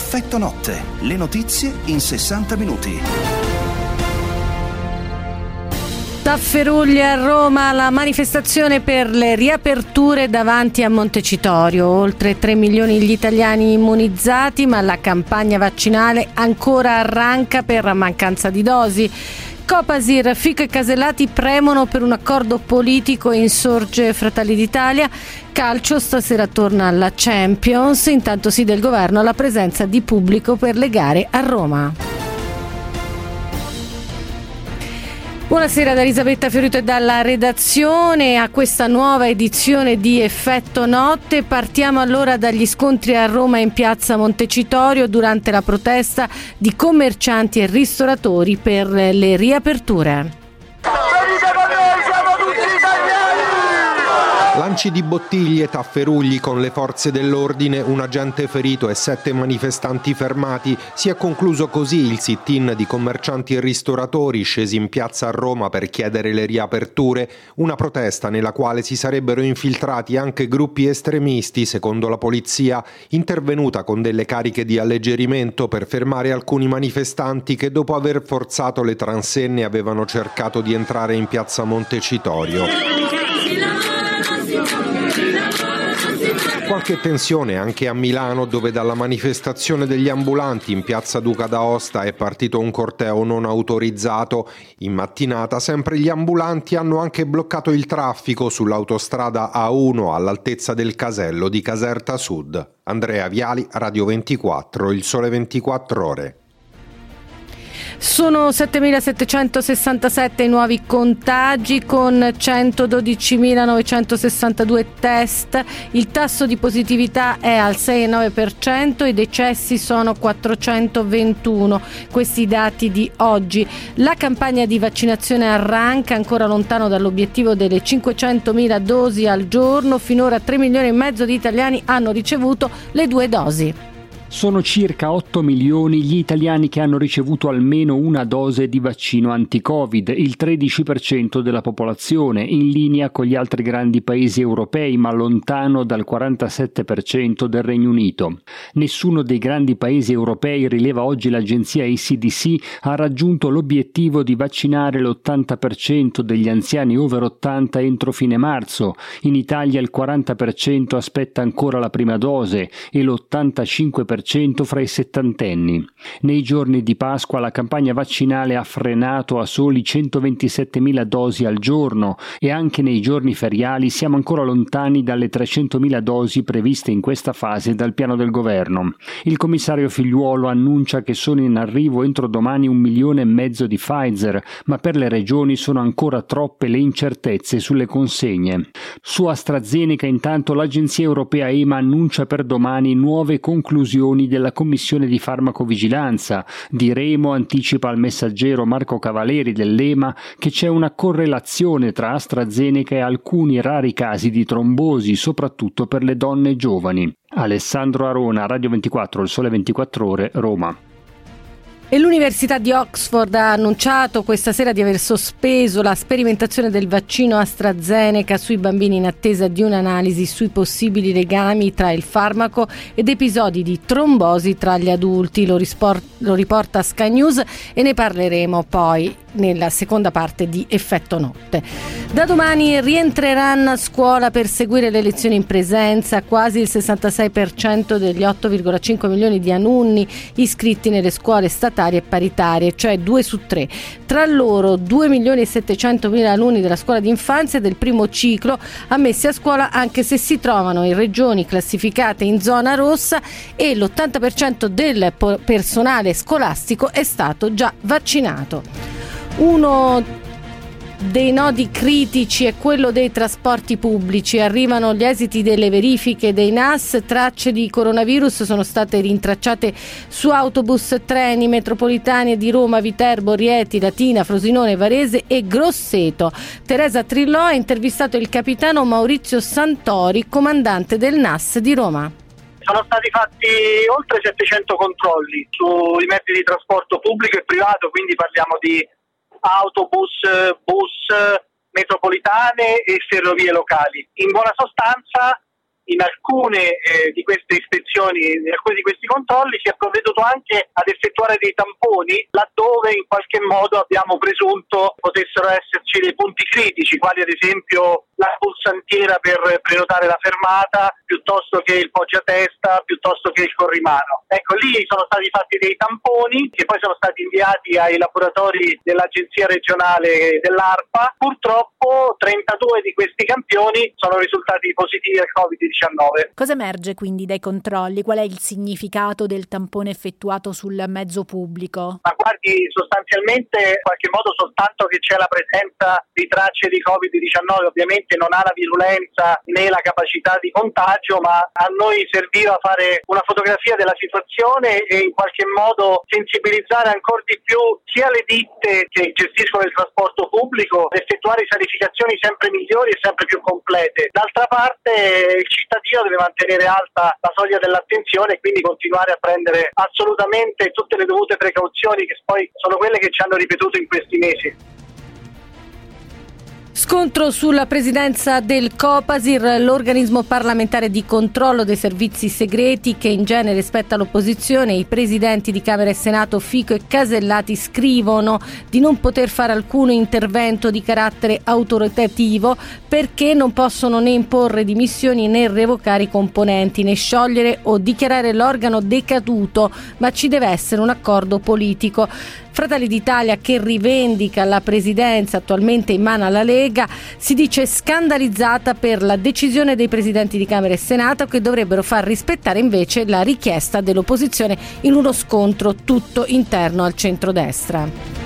Effetto Notte, le notizie in 60 minuti. Tafferugli a Roma, la manifestazione per le riaperture davanti a Montecitorio. Oltre 3 milioni gli italiani immunizzati, ma la campagna vaccinale ancora arranca per mancanza di dosi. Copasir, Fico e Casellati premono per un accordo politico e insorge Fratelli d'Italia. Calcio, stasera torna alla Champions, intanto sì del governo alla presenza di pubblico per le gare a Roma. Buonasera da Elisabetta Fiorito e dalla redazione a questa nuova edizione di Effetto Notte. Partiamo allora dagli scontri a Roma in piazza Montecitorio durante la protesta di commercianti e ristoratori per le riaperture. Lanci di bottiglie, tafferugli con le forze dell'ordine, un agente ferito e 7 manifestanti fermati. Si è concluso così il sit-in di commercianti e ristoratori scesi in piazza a Roma per chiedere le riaperture, una protesta nella quale si sarebbero infiltrati anche gruppi estremisti, secondo la polizia, intervenuta con delle cariche di alleggerimento per fermare alcuni manifestanti che dopo aver forzato le transenne avevano cercato di entrare in piazza Montecitorio. Qualche tensione anche a Milano, dove dalla manifestazione degli ambulanti in piazza Duca d'Aosta è partito un corteo non autorizzato. In mattinata sempre gli ambulanti hanno anche bloccato il traffico sull'autostrada A1 all'altezza del casello di Caserta Sud. Andrea Viali, Radio 24, Il Sole 24 Ore. Sono 7.767 i nuovi contagi con 112.962 test, il tasso di positività è al 6,9%, i decessi sono 421, questi i dati di oggi. La campagna di vaccinazione arranca, ancora lontano dall'obiettivo delle 500.000 dosi al giorno, finora 3 milioni e mezzo di italiani hanno ricevuto le 2 dosi. Sono circa 8 milioni gli italiani che hanno ricevuto almeno una dose di vaccino anti-Covid, il 13% della popolazione, in linea con gli altri grandi paesi europei, ma lontano dal 47% del Regno Unito. Nessuno dei grandi paesi europei, rileva oggi l'agenzia ECDC, ha raggiunto l'obiettivo di vaccinare l'80% degli anziani over 80 entro fine marzo. In Italia il 40% aspetta ancora la prima dose e l'85% fra i settantenni. Nei giorni di Pasqua la campagna vaccinale ha frenato a soli 127.000 dosi al giorno e anche nei giorni feriali siamo ancora lontani dalle 300.000 dosi previste in questa fase dal piano del governo. Il commissario Figliuolo annuncia che sono in arrivo entro domani 1,5 milioni di Pfizer, ma per le regioni sono ancora troppe le incertezze sulle consegne. Su AstraZeneca intanto l'agenzia europea EMA annuncia per domani nuove conclusioni della Commissione di Farmacovigilanza. Diremo, anticipa al Messaggero Marco Cavaleri dell'EMA, che c'è una correlazione tra AstraZeneca e alcuni rari casi di trombosi, soprattutto per le donne giovani. Alessandro Arona, Radio 24, Il Sole 24 Ore, Roma. E l'Università di Oxford ha annunciato questa sera di aver sospeso la sperimentazione del vaccino AstraZeneca sui bambini in attesa di un'analisi sui possibili legami tra il farmaco ed episodi di trombosi tra gli adulti. Lo riporta Sky News e ne parleremo poi nella seconda parte di Effetto Notte. Da domani rientreranno a scuola per seguire le lezioni in presenza quasi il 66% degli 8,5 milioni di alunni iscritti nelle scuole statali e paritarie, cioè 2 su 3. Tra loro 2.700.000 alunni della scuola d'infanzia e del primo ciclo ammessi a scuola anche se si trovano in regioni classificate in zona rossa e l'80% del personale scolastico è stato già vaccinato. Uno dei nodi critici è quello dei trasporti pubblici. Arrivano gli esiti delle verifiche dei NAS, tracce di coronavirus sono state rintracciate su autobus, treni, metropolitane di Roma, Viterbo, Rieti, Latina, Frosinone, Varese e Grosseto. Teresa Trillò ha intervistato il capitano Maurizio Santori, comandante del NAS di Roma. Sono stati fatti oltre 700 controlli sui mezzi di trasporto pubblico e privato, quindi parliamo di autobus, bus, metropolitane e ferrovie locali. In buona sostanza in alcune di queste ispezioni, in alcuni di questi controlli, si è provveduto anche ad effettuare dei tamponi laddove in qualche modo abbiamo presunto potessero esserci dei punti critici, quali ad esempio la pulsantiera per prenotare la fermata, piuttosto che il poggiatesta, piuttosto che il corrimano. Ecco, lì sono stati fatti dei tamponi che poi sono stati inviati ai laboratori dell'Agenzia regionale dell'ARPA. Purtroppo 32 di questi campioni sono risultati positivi al Covid-19. Cosa emerge quindi dai controlli? Qual è il significato del tampone effettuato sul mezzo pubblico? Ma guardi, sostanzialmente in qualche modo soltanto che c'è la presenza di tracce di Covid-19, ovviamente non ha la virulenza né la capacità di contagio, ma a noi serviva fare una fotografia della situazione e in qualche modo sensibilizzare ancora di più sia le ditte che gestiscono il trasporto pubblico, effettuare sanificazioni sempre migliori e sempre più complete. D'altra parte il cittadino deve mantenere alta la soglia dell'attenzione e quindi continuare a prendere assolutamente tutte le dovute precauzioni che poi sono quelle che ci hanno ripetuto in questi mesi. Scontro sulla presidenza del Copasir, l'organismo parlamentare di controllo dei servizi segreti che in genere spetta all'opposizione. I presidenti di Camera e Senato Fico e Casellati scrivono di non poter fare alcun intervento di carattere autoritativo perché non possono né imporre dimissioni né revocare i componenti, né sciogliere o dichiarare l'organo decaduto, ma ci deve essere un accordo politico. Fratelli d'Italia, che rivendica la presidenza attualmente in mano alla Lega, si dice scandalizzata per la decisione dei presidenti di Camera e Senato che dovrebbero far rispettare invece la richiesta dell'opposizione in uno scontro tutto interno al centrodestra.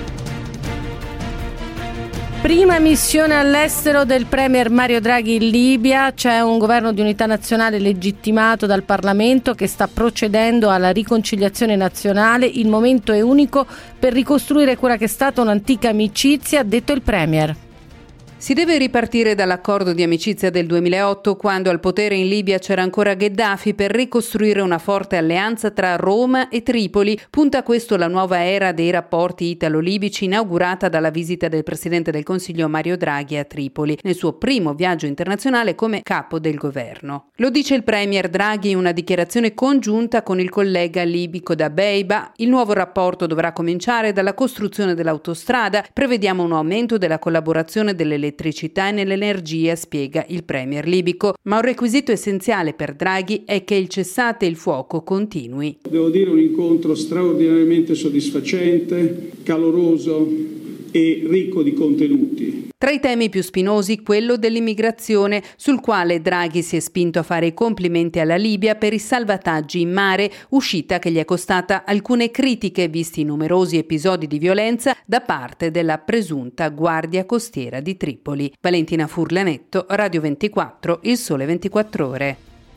Prima missione all'estero del premier Mario Draghi in Libia. C'è un governo di unità nazionale legittimato dal Parlamento che sta procedendo alla riconciliazione nazionale. Il momento è unico per ricostruire quella che è stata un'antica amicizia, ha detto il premier. Si deve ripartire dall'accordo di amicizia del 2008, quando al potere in Libia c'era ancora Gheddafi, per ricostruire una forte alleanza tra Roma e Tripoli. Punta a questo la nuova era dei rapporti italo-libici inaugurata dalla visita del Presidente del Consiglio Mario Draghi a Tripoli, nel suo primo viaggio internazionale come capo del governo. Lo dice il premier Draghi in una dichiarazione congiunta con il collega libico Dabeiba. Il nuovo rapporto dovrà cominciare dalla costruzione dell'autostrada. Prevediamo un aumento della collaborazione dell'elettricità e nell'energia, spiega il premier libico, ma un requisito essenziale per Draghi è che il cessate il fuoco continui. Devo dire un incontro straordinariamente soddisfacente, caloroso e ricco di contenuti. Tra i temi più spinosi quello dell'immigrazione, sul quale Draghi si è spinto a fare i complimenti alla Libia per i salvataggi in mare, uscita che gli è costata alcune critiche visti i numerosi episodi di violenza da parte della presunta Guardia Costiera di Tripoli. Valentina Furlanetto, Radio 24, Il Sole 24 Ore.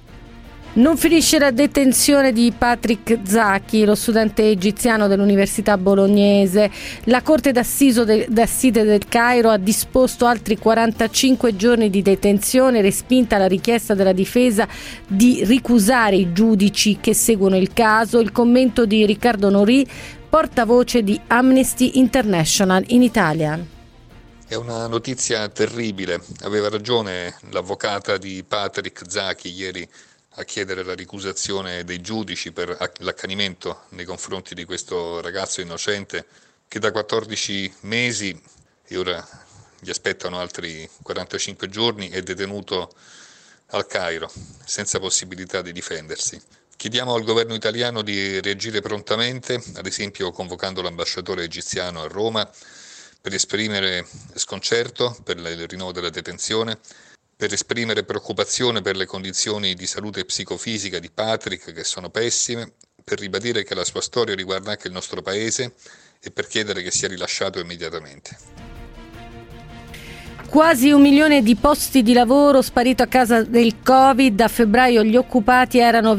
Non finisce la detenzione di Patrick Zaki, lo studente egiziano dell'Università Bolognese. La Corte d'Assise del Cairo ha disposto altri 45 giorni di detenzione, respinta la richiesta della difesa di ricusare i giudici che seguono il caso. Il commento di Riccardo Nori, portavoce di Amnesty International in Italia. È una notizia terribile. Aveva ragione l'avvocata di Patrick Zaki ieri a chiedere la ricusazione dei giudici per l'accanimento nei confronti di questo ragazzo innocente che da 14 mesi, e ora gli aspettano altri 45 giorni, è detenuto al Cairo senza possibilità di difendersi. Chiediamo al governo italiano di reagire prontamente, ad esempio convocando l'ambasciatore egiziano a Roma per esprimere sconcerto per il rinnovo della detenzione, per esprimere preoccupazione per le condizioni di salute psicofisica di Patrick, che sono pessime, per ribadire che la sua storia riguarda anche il nostro paese e per chiedere che sia rilasciato immediatamente. Quasi 1 milione di posti di lavoro sparito a causa del Covid. A febbraio gli occupati erano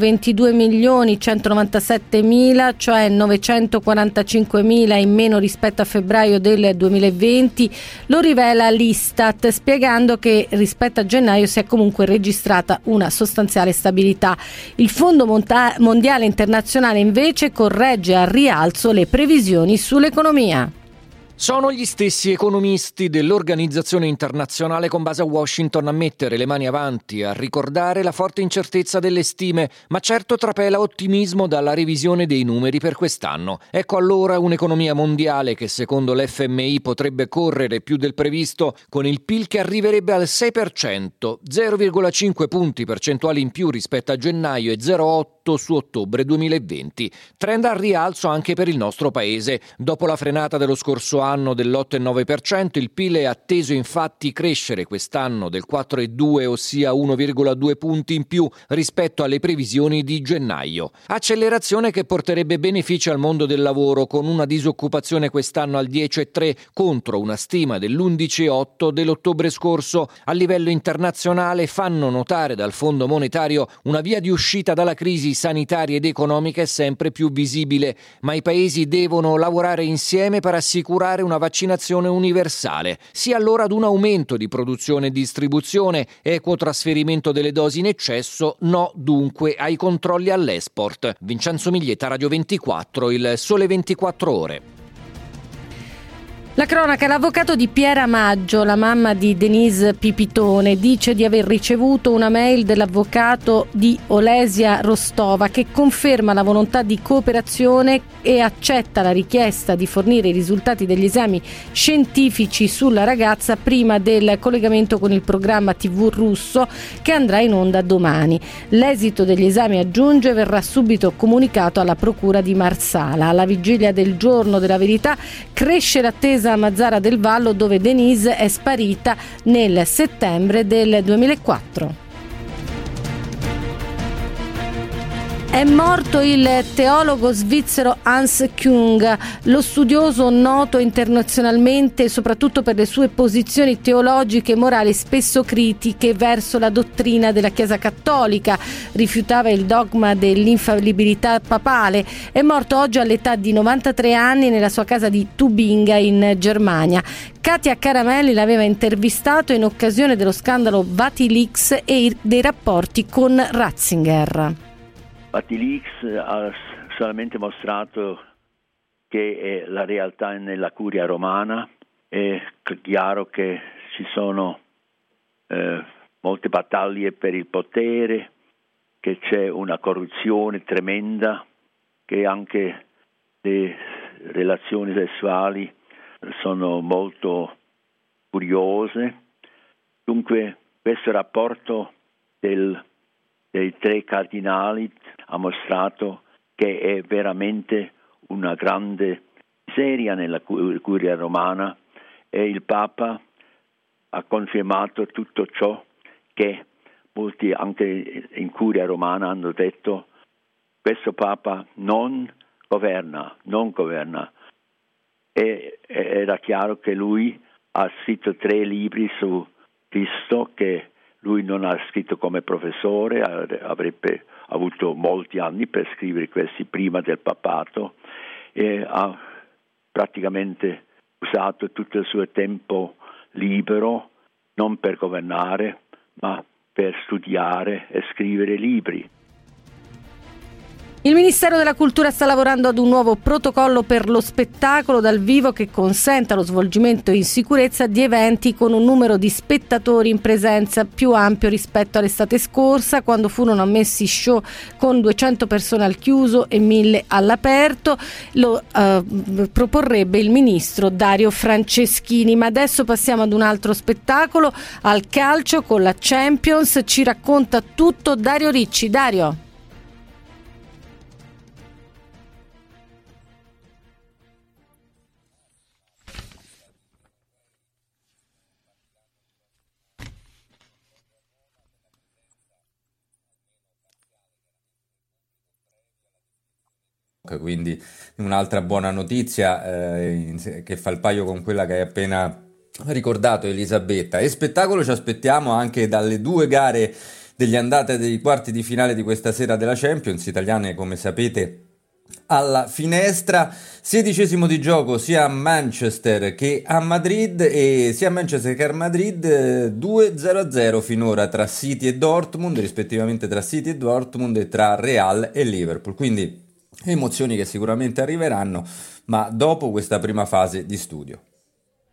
22.197.000, cioè 945.000 in meno rispetto a febbraio del 2020. Lo rivela l'Istat, spiegando che rispetto a gennaio si è comunque registrata una sostanziale stabilità. Il Fondo Mondiale Internazionale invece corregge al rialzo le previsioni sull'economia. Sono gli stessi economisti dell'Organizzazione Internazionale con base a Washington a mettere le mani avanti, a ricordare la forte incertezza delle stime, ma certo trapela ottimismo dalla revisione dei numeri per quest'anno. Ecco allora un'economia mondiale che secondo l'FMI potrebbe correre più del previsto, con il PIL che arriverebbe al 6%, 0,5 punti percentuali in più rispetto a gennaio e 0,8 su ottobre 2020. Trend al rialzo anche per il nostro paese. Dopo la frenata dello scorso anno dell'8,9%, il PIL è atteso infatti crescere quest'anno del 4,2, ossia 1,2 punti in più rispetto alle previsioni di gennaio. Accelerazione che porterebbe benefici al mondo del lavoro, con una disoccupazione quest'anno al 10,3 contro una stima dell'11,8 dell'ottobre scorso. A livello internazionale fanno notare dal Fondo Monetario una via di uscita dalla crisi sanitaria ed economica è sempre più visibile, ma i paesi devono lavorare insieme per assicurare una vaccinazione universale. Sia allora ad un aumento di produzione e distribuzione, equo trasferimento delle dosi in eccesso, no dunque ai controlli all'export. Vincenzo Miglietta, Radio 24, il Sole 24 Ore. La cronaca, l'avvocato di Piera Maggio, la mamma di Denise Pipitone, dice di aver ricevuto una mail dell'avvocato di Olesia Rostova che conferma la volontà di cooperazione e accetta la richiesta di fornire i risultati degli esami scientifici sulla ragazza prima del collegamento con il programma TV russo che andrà in onda domani. L'esito degli esami, aggiunge, verrà subito comunicato alla procura di Marsala. Alla vigilia del giorno della verità cresce l'attesa a Mazara del Vallo, dove Denise è sparita nel settembre del 2004. È morto il teologo svizzero Hans Küng, lo studioso noto internazionalmente soprattutto per le sue posizioni teologiche e morali spesso critiche verso la dottrina della Chiesa Cattolica. Rifiutava il dogma dell'infallibilità papale. È morto oggi all'età di 93 anni nella sua casa di Tubinga in Germania. Katia Caramelli l'aveva intervistato in occasione dello scandalo Vatilix e dei rapporti con Ratzinger. Vatilix ha solamente mostrato che la realtà è nella curia romana. È chiaro che ci sono molte battaglie per il potere, che c'è una corruzione tremenda, che anche le relazioni sessuali sono molto curiose. Dunque questo rapporto dei tre cardinali ha mostrato che è veramente una grande miseria nella curia romana, e il Papa ha confermato tutto ciò che molti anche in curia romana hanno detto: questo Papa non governa. E era chiaro che lui ha scritto 3 libri su Cristo che lui non ha scritto come professore, avrebbe avuto molti anni per scrivere questi prima del papato, e ha praticamente usato tutto il suo tempo libero non per governare, ma per studiare e scrivere libri. Il Ministero della Cultura sta lavorando ad un nuovo protocollo per lo spettacolo dal vivo che consenta lo svolgimento in sicurezza di eventi con un numero di spettatori in presenza più ampio rispetto all'estate scorsa, quando furono ammessi show con 200 persone al chiuso e 1000 all'aperto. Lo proporrebbe il ministro Dario Franceschini. Ma adesso passiamo ad un altro spettacolo, al calcio con la Champions. Ci racconta tutto Dario Ricci. Dario. Quindi un'altra buona notizia che fa il paio con quella che hai appena ricordato, Elisabetta. E spettacolo ci aspettiamo anche dalle 2 gare degli andati e dei quarti di finale di questa sera della Champions, italiane come sapete alla finestra. 16° di gioco sia a Manchester che a Madrid, e sia a Manchester che a Madrid 2-0-0 finora tra City e Dortmund, rispettivamente tra City e Dortmund e tra Real e Liverpool. Quindi emozioni che sicuramente arriveranno, ma dopo questa prima fase di studio.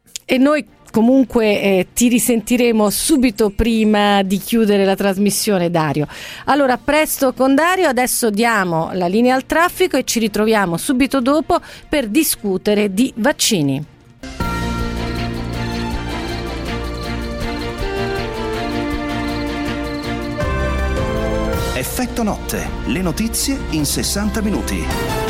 E noi comunque ti risentiremo subito prima di chiudere la trasmissione, Dario. Allora, a presto con Dario, adesso diamo la linea al traffico e ci ritroviamo subito dopo per discutere di vaccini. Effetto notte, le notizie in 60 minuti.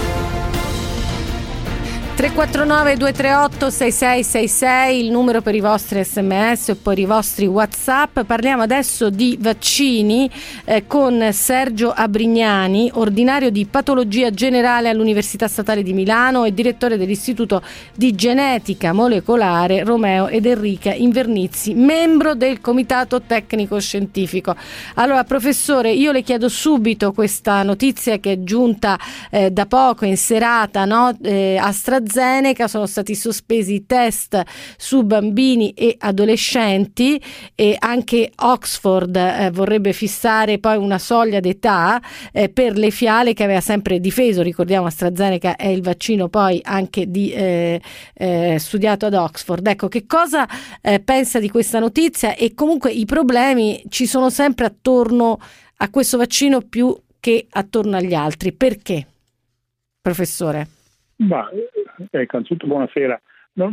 349-238-6666, il numero per i vostri sms e poi i vostri WhatsApp. Parliamo adesso di vaccini con Sergio Abrignani, ordinario di patologia generale all'Università Statale di Milano e direttore dell'Istituto di Genetica Molecolare Romeo ed Enrica Invernizzi, membro del Comitato Tecnico Scientifico. Allora, professore, io le chiedo subito questa notizia che è giunta da poco in serata, no? AstraZeneca, sono stati sospesi i test su bambini e adolescenti e anche Oxford vorrebbe fissare poi una soglia d'età per le fiale che aveva sempre difeso. Ricordiamo, AstraZeneca è il vaccino poi anche studiato ad Oxford. Ecco, che cosa pensa di questa notizia? E comunque i problemi ci sono sempre attorno a questo vaccino più che attorno agli altri. Perché, professore? Ecco, anzitutto buonasera.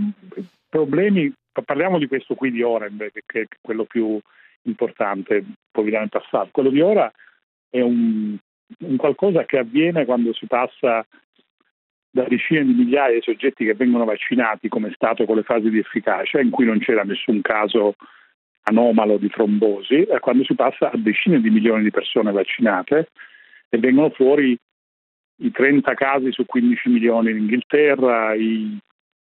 Problemi, parliamo di questo qui di ora, che è quello più importante, poi nel passato. Quello di ora è un qualcosa che avviene quando si passa da decine di migliaia di soggetti che vengono vaccinati, come è stato con le fasi di efficacia, in cui non c'era nessun caso anomalo di trombosi, e quando si passa a decine di milioni di persone vaccinate e vengono fuori i 30 casi su 15 milioni in Inghilterra, i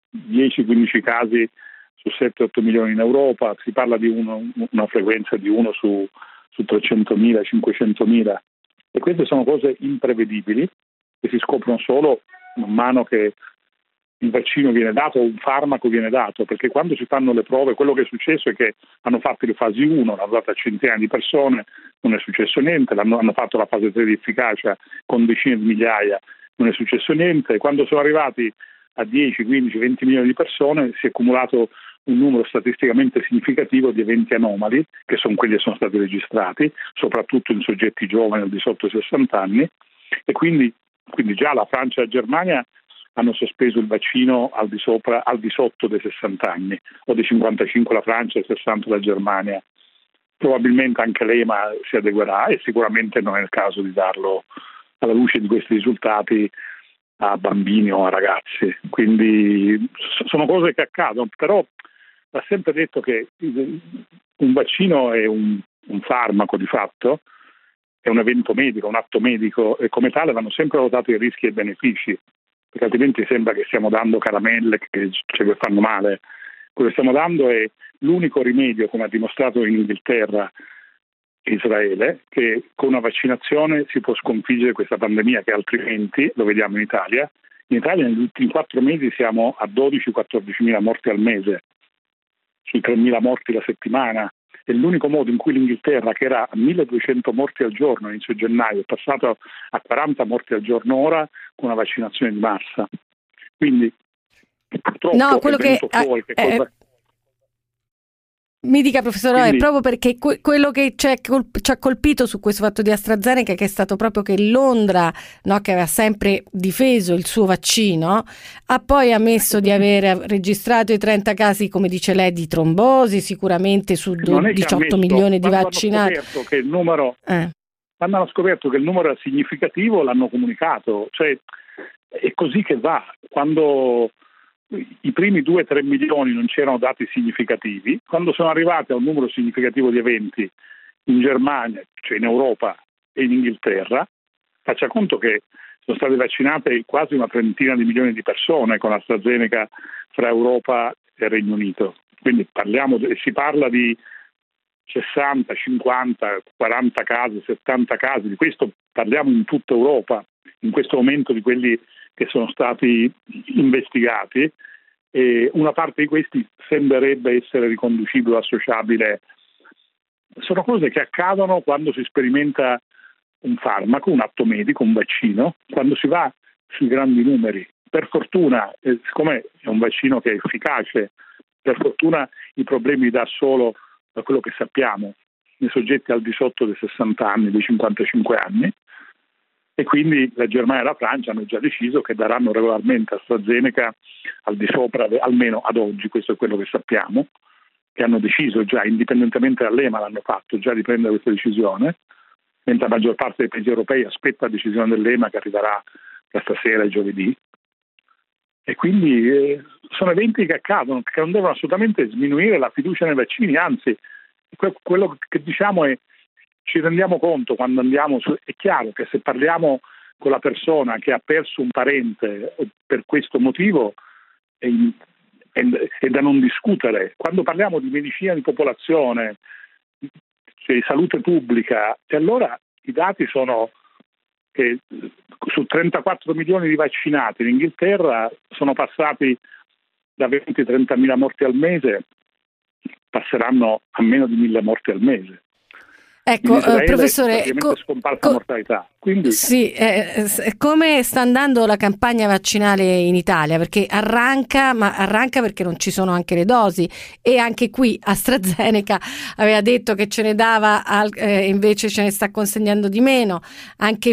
10-15 casi su 7-8 milioni in Europa, si parla di una frequenza di 1 su 300.000, 500.000, e queste sono cose imprevedibili che si scoprono solo man mano che il vaccino viene dato o un farmaco viene dato, perché quando si fanno le prove, quello che è successo è che hanno fatto le fasi 1, l'hanno data a centinaia di persone, non è successo niente, hanno fatto la fase 3 di efficacia con decine di migliaia, non è successo niente, e quando sono arrivati a 10, 15, 20 milioni di persone si è accumulato un numero statisticamente significativo di eventi anomali, che sono quelli che sono stati registrati, soprattutto in soggetti giovani al di sotto dei 60 anni, e quindi già la Francia e la Germania hanno sospeso il vaccino al di sotto dei 60 anni, o dei 55 la Francia e 60 la Germania. Probabilmente anche l'EMA si adeguerà, e sicuramente non è il caso di darlo alla luce di questi risultati a bambini o a ragazzi. Quindi sono cose che accadono, però va sempre detto che un vaccino è un farmaco di fatto, è un evento medico, un atto medico, e come tale vanno sempre valutati i rischi e i benefici, perché altrimenti sembra che stiamo dando caramelle che fanno male. Quello che stiamo dando è l'unico rimedio, come ha dimostrato in Inghilterra e Israele, che con una vaccinazione si può sconfiggere questa pandemia, che altrimenti, lo vediamo in Italia, negli ultimi 4 mesi siamo a 12-14.000 morti al mese, sui 3.000 morti la settimana. È l'unico modo in cui l'Inghilterra, che era a 1.200 morti al giorno inizio gennaio, è passato a 40 morti al giorno ora con una vaccinazione di massa. Quindi purtroppo quello che mi dica, professore, è proprio perché quello che ci ha colpito su questo fatto di AstraZeneca, che è stato proprio che Londra, no, che aveva sempre difeso il suo vaccino, ha poi ammesso di aver registrato i 30 casi, come dice lei, di trombosi, sicuramente su 18 milioni di vaccinati. Quando hanno scoperto che il numero era significativo, l'hanno comunicato. Cioè, è così che va. Quando i primi 2-3 milioni non c'erano dati significativi, quando sono arrivati a un numero significativo di eventi in Germania, cioè in Europa e in Inghilterra, faccia conto che sono state vaccinate quasi una trentina di milioni di persone con AstraZeneca fra Europa e Regno Unito. Quindi si parla di 60, 50, 40 casi, 70 casi, di questo parliamo in tutta Europa, in questo momento di quelli che sono stati investigati, e una parte di questi sembrerebbe essere riconducibile o associabile. Sono cose che accadono quando si sperimenta un farmaco, un atto medico, un vaccino, quando si va sui grandi numeri. Per fortuna, siccome è un vaccino che è efficace Per fortuna i problemi li dà solo da quello che sappiamo nei soggetti al di sotto dei 60 anni, dei 55 anni, e quindi la Germania e la Francia hanno già deciso che daranno regolarmente AstraZeneca al di sopra, almeno ad oggi, questo è quello che sappiamo, che hanno deciso già, indipendentemente dall'EMA l'hanno fatto già di prendere questa decisione, mentre la maggior parte dei paesi europei aspetta la decisione dell'EMA che arriverà da stasera e giovedì. E quindi sono eventi che accadono, che non devono assolutamente sminuire la fiducia nei vaccini, anzi quello che diciamo è ci rendiamo conto quando andiamo su, è chiaro che se parliamo con la persona che ha perso un parente per questo motivo è da non discutere. Quando parliamo di medicina di popolazione, cioè di salute pubblica, e allora i dati sono che su 34 milioni di vaccinati in Inghilterra sono passati da 20-30 mila morti al mese, passeranno a meno di 1.000 morti al mese. Ecco, professore, scomparsa mortalità. Quindi... Sì, come sta andando la campagna vaccinale in Italia? Perché arranca perché non ci sono anche le dosi, e anche qui AstraZeneca aveva detto che ce ne dava, invece ce ne sta consegnando di meno. Anche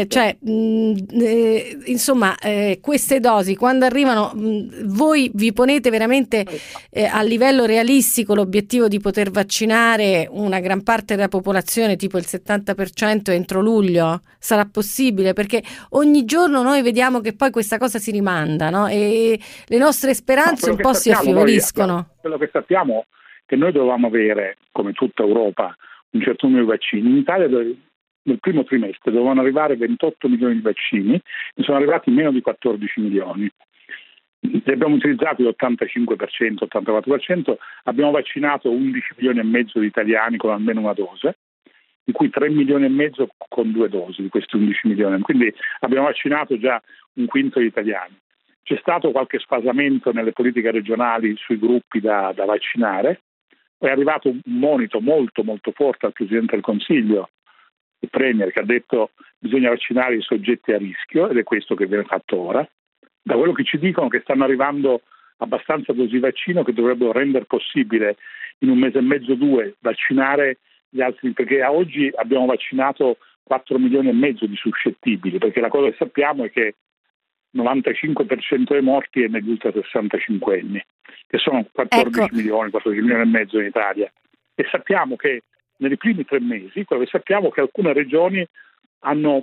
insomma, queste dosi quando arrivano, voi vi ponete veramente a livello realistico l'obiettivo di poter vaccinare una gran parte della popolazione, tipo il 70% entro luglio? Sarà possibile? Perché ogni giorno noi vediamo che poi questa cosa si rimanda, no? E le nostre speranze un po' si affievoliscono. Quello che sappiamo è che noi dovevamo avere, come tutta Europa, un certo numero di vaccini. In Italia nel primo trimestre dovevano arrivare 28 milioni di vaccini, ne sono arrivati meno di 14 milioni. Li abbiamo utilizzati l'85%, 84%, abbiamo vaccinato 11 milioni e mezzo di italiani con almeno una dose, di cui 3 milioni e mezzo con 2 dosi di questi 11 milioni. Quindi abbiamo vaccinato già un quinto degli italiani. C'è stato qualche sfasamento nelle politiche regionali sui gruppi da vaccinare. È arrivato un monito molto molto forte al Presidente del Consiglio, il Premier, che ha detto che bisogna vaccinare i soggetti a rischio, ed è questo che viene fatto ora. Da quello che ci dicono che stanno arrivando abbastanza dosi di vaccino che dovrebbero rendere possibile in un mese e mezzo, 2, vaccinare gli altri, perché a oggi abbiamo vaccinato 4 milioni e mezzo di suscettibili, perché la cosa che sappiamo è che il 95% dei morti è negli ultra 65 anni, che sono 14 milioni e mezzo in Italia. E sappiamo che nei primi 3 mesi, quello che sappiamo è che alcune regioni hanno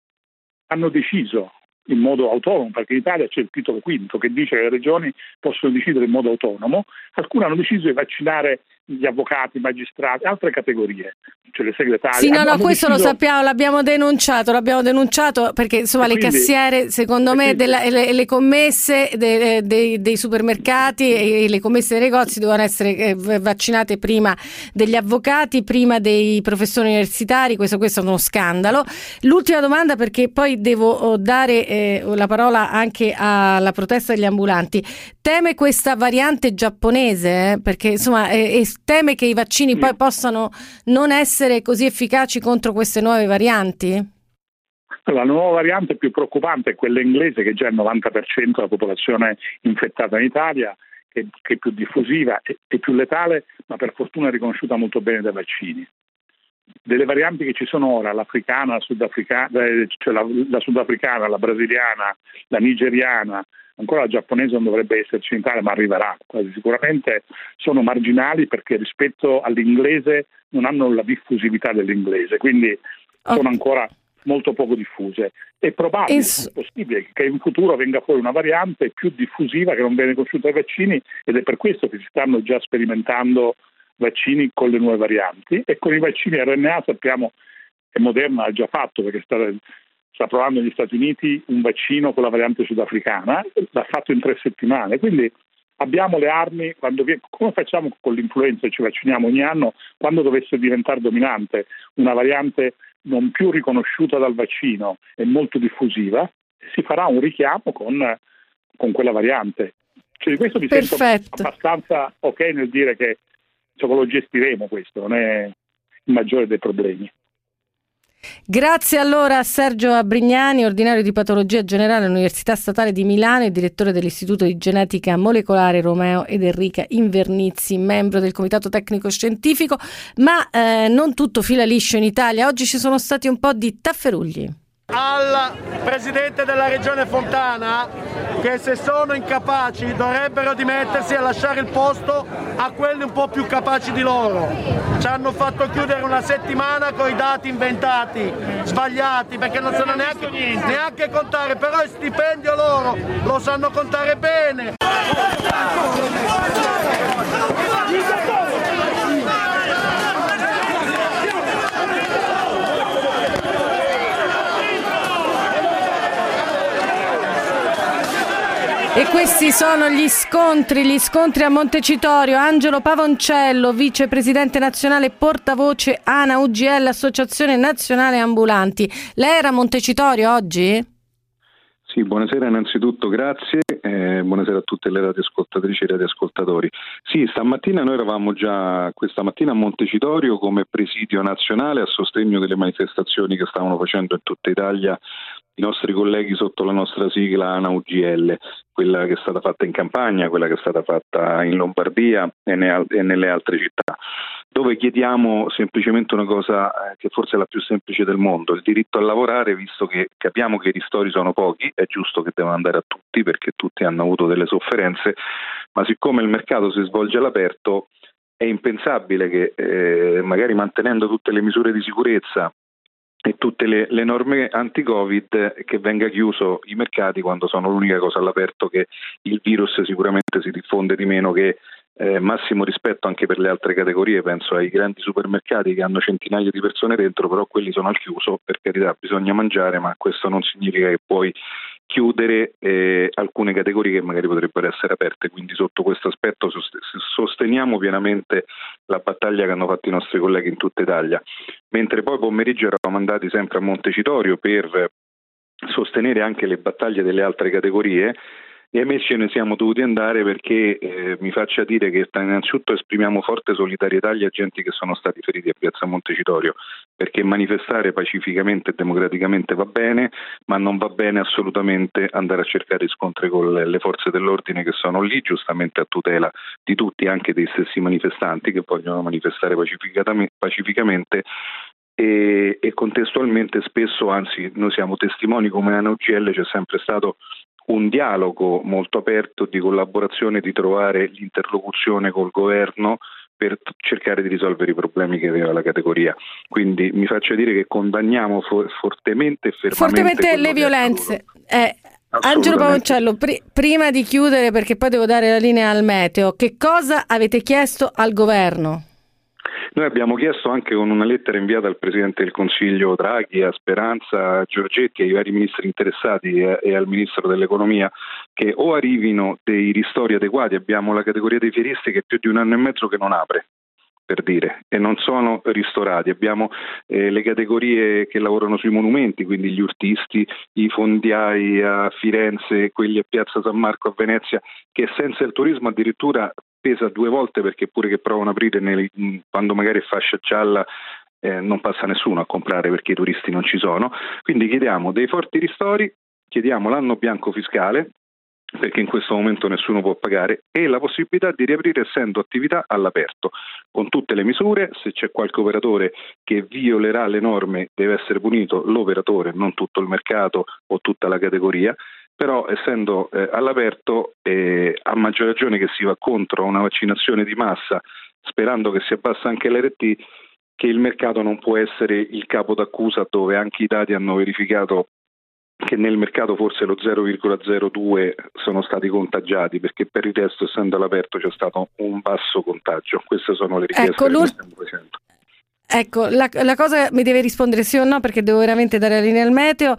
deciso in modo autonomo, perché in Italia c'è il titolo quinto che dice che le regioni possono decidere in modo autonomo. Alcune hanno deciso di vaccinare gli avvocati, i magistrati, altre categorie, cioè le segretarie. Sì, questo lo sappiamo, l'abbiamo denunciato perché insomma le cassiere, secondo me, le commesse dei supermercati e le commesse dei negozi dovevano essere vaccinate prima degli avvocati, prima dei professori universitari. Questo è uno scandalo. L'ultima domanda, perché poi devo dare la parola anche alla protesta degli ambulanti. Teme questa variante giapponese? Perché insomma teme che i vaccini poi possano non essere così efficaci contro queste nuove varianti? La nuova variante più preoccupante è quella inglese, che è già il 90% della popolazione infettata in Italia, che è più diffusiva e più letale, ma per fortuna è riconosciuta molto bene dai vaccini. Delle varianti che ci sono ora, l'africana, la sudafricana, la brasiliana, la nigeriana, ancora la giapponese non dovrebbe esserci in Italia, ma arriverà quasi sicuramente, sono marginali perché rispetto all'inglese non hanno la diffusività dell'inglese, quindi sono ancora molto poco diffuse. È probabile, è possibile che in futuro venga fuori una variante più diffusiva che non viene conosciuta dai vaccini, ed è per questo che si stanno già sperimentando vaccini con le nuove varianti. E con i vaccini RNA sappiamo che Moderna ha già fatto, perché sta provando negli Stati Uniti un vaccino con la variante sudafricana, l'ha fatto in 3 settimane, quindi abbiamo le armi. Come facciamo con l'influenza, ci vacciniamo ogni anno, quando dovesse diventare dominante una variante non più riconosciuta dal vaccino e molto diffusiva, si farà un richiamo con quella variante. Cioè, di questo mi sento abbastanza ok nel dire che lo gestiremo, questo non è il maggiore dei problemi. Grazie allora a Sergio Abrignani, ordinario di patologia generale all'Università Statale di Milano e direttore dell'Istituto di Genetica Molecolare Romeo ed Enrica Invernizzi, membro del Comitato Tecnico Scientifico. Ma non tutto fila liscio in Italia, oggi ci sono stati un po' di tafferugli. Al Presidente della Regione Fontana che se sono incapaci dovrebbero dimettersi e lasciare il posto a quelli un po' più capaci di loro. Ci hanno fatto chiudere una settimana con i dati inventati, sbagliati, perché non sanno neanche contare, però il stipendio loro lo sanno contare bene. E questi sono gli scontri a Montecitorio. Angelo Pavoncello, vicepresidente nazionale portavoce ANA-UGL, Associazione Nazionale Ambulanti. Lei era a Montecitorio oggi? Sì, buonasera innanzitutto, grazie. Buonasera a tutte le radioascoltatrici e radioascoltatori. Sì, stamattina noi eravamo già questa mattina a Montecitorio come presidio nazionale a sostegno delle manifestazioni che stavano facendo in tutta Italia i nostri colleghi sotto la nostra sigla ANA-UGL, quella che è stata fatta in Campania, quella che è stata fatta in Lombardia e nelle altre città, dove chiediamo semplicemente una cosa che forse è la più semplice del mondo, il diritto a lavorare, visto che capiamo che i ristori sono pochi, è giusto che devono andare a tutti perché tutti hanno avuto delle sofferenze, ma siccome il mercato si svolge all'aperto è impensabile che magari mantenendo tutte le misure di sicurezza e tutte le norme anti-Covid che venga chiuso i mercati quando sono l'unica cosa all'aperto, che il virus sicuramente si diffonde di meno, che massimo rispetto anche per le altre categorie, penso ai grandi supermercati che hanno centinaia di persone dentro, però quelli sono al chiuso, per carità bisogna mangiare, ma questo non significa che puoi chiudere alcune categorie che magari potrebbero essere aperte, quindi sotto questo aspetto sosteniamo pienamente la battaglia che hanno fatto i nostri colleghi in tutta Italia, mentre poi pomeriggio eravamo andati sempre a Montecitorio per sostenere anche le battaglie delle altre categorie. E a me ce ne siamo dovuti andare perché mi faccia dire che innanzitutto esprimiamo forte solidarietà agli agenti che sono stati feriti a Piazza Montecitorio, perché manifestare pacificamente e democraticamente va bene, ma non va bene assolutamente andare a cercare scontri con le forze dell'ordine che sono lì giustamente a tutela di tutti, anche dei stessi manifestanti che vogliono manifestare pacificamente. E contestualmente spesso, anzi noi siamo testimoni come ANA-UGL, c'è sempre stato un dialogo molto aperto di collaborazione, di trovare l'interlocuzione col governo per cercare di risolvere i problemi che aveva la categoria. Quindi mi faccia dire che condanniamo fortemente e fermamente le violenze. Angelo Pavoncello, prima di chiudere, perché poi devo dare la linea al meteo, che cosa avete chiesto al governo? Noi abbiamo chiesto anche con una lettera inviata al Presidente del Consiglio Draghi, a Speranza, a Giorgetti, ai vari ministri interessati e al Ministro dell'Economia che o arrivino dei ristori adeguati. Abbiamo la categoria dei fieristi che è più di 1 anno e mezzo che non apre, per dire, e non sono ristorati. Abbiamo le categorie che lavorano sui monumenti, quindi gli urtisti, i fondiai a Firenze, quelli a Piazza San Marco a Venezia, che senza il turismo addirittura pesa 2 volte, perché pure che provano a aprire quando magari è fascia gialla non passa nessuno a comprare perché i turisti non ci sono. Quindi chiediamo dei forti ristori, chiediamo l'anno bianco fiscale, perché in questo momento nessuno può pagare, e la possibilità di riaprire essendo attività all'aperto, con tutte le misure. Se c'è qualche operatore che violerà le norme deve essere punito l'operatore, non tutto il mercato o tutta la categoria, però essendo all'aperto a maggior ragione che si va contro una vaccinazione di massa, sperando che si abbassa anche l'RT, che il mercato non può essere il capo d'accusa, dove anche i dati hanno verificato che nel mercato forse lo 0,02 sono stati contagiati, perché per il resto, essendo all'aperto, c'è stato un basso contagio. Queste sono le richieste che stiamo facendo. Ecco, la cosa mi deve rispondere sì o no, perché devo veramente dare la linea al meteo.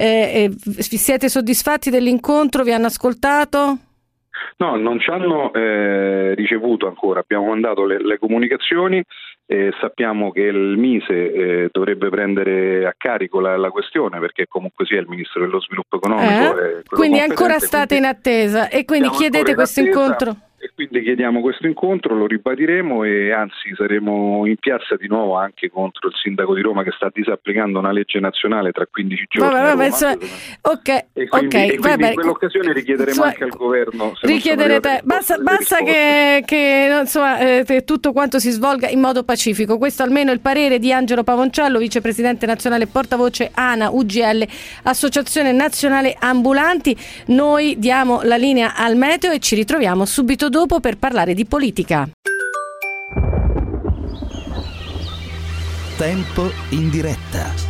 Siete soddisfatti dell'incontro? Vi hanno ascoltato? No, non ci hanno ricevuto ancora. Abbiamo mandato le comunicazioni. Sappiamo che il Mise dovrebbe prendere a carico la questione, perché comunque sia il Ministro dello Sviluppo Economico. Quindi ancora state in attesa e quindi chiedete questo incontro? Quindi chiediamo questo incontro, lo ribadiremo e anzi saremo in piazza di nuovo anche contro il sindaco di Roma che sta disapplicando una legge nazionale tra 15 giorni. Ok, quindi in quell'occasione richiederemo anche al governo. Richiederete, basta che tutto quanto si svolga in modo pacifico. Questo almeno il parere di Angelo Pavoncello, vicepresidente nazionale e portavoce ANA UGL, Associazione Nazionale Ambulanti. Noi diamo la linea al meteo e ci ritroviamo subito dopo per parlare di politica. Tempo in diretta.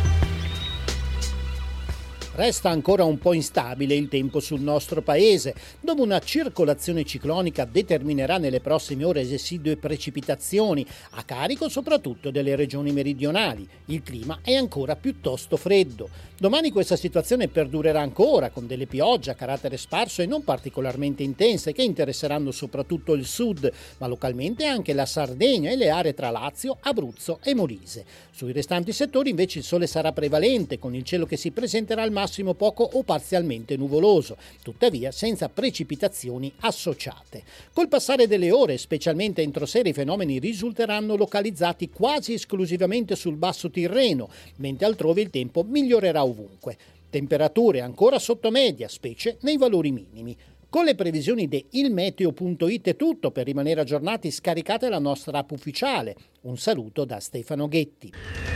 Resta ancora un po' instabile il tempo sul nostro paese, dove una circolazione ciclonica determinerà nelle prossime ore residue precipitazioni, a carico soprattutto delle regioni meridionali. Il clima è ancora piuttosto freddo. Domani questa situazione perdurerà ancora, con delle piogge a carattere sparso e non particolarmente intense, che interesseranno soprattutto il sud, ma localmente anche la Sardegna e le aree tra Lazio, Abruzzo e Molise. Sui restanti settori invece il sole sarà prevalente, con il cielo che si presenterà al massimo poco o parzialmente nuvoloso, tuttavia senza precipitazioni associate. Col passare delle ore, specialmente entro sera, i fenomeni risulteranno localizzati quasi esclusivamente sul basso Tirreno, mentre altrove il tempo migliorerà ovunque. Temperature ancora sotto media, specie nei valori minimi. Con le previsioni di ilmeteo.it è tutto. Per rimanere aggiornati scaricate la nostra app ufficiale. Un saluto da Stefano Ghetti.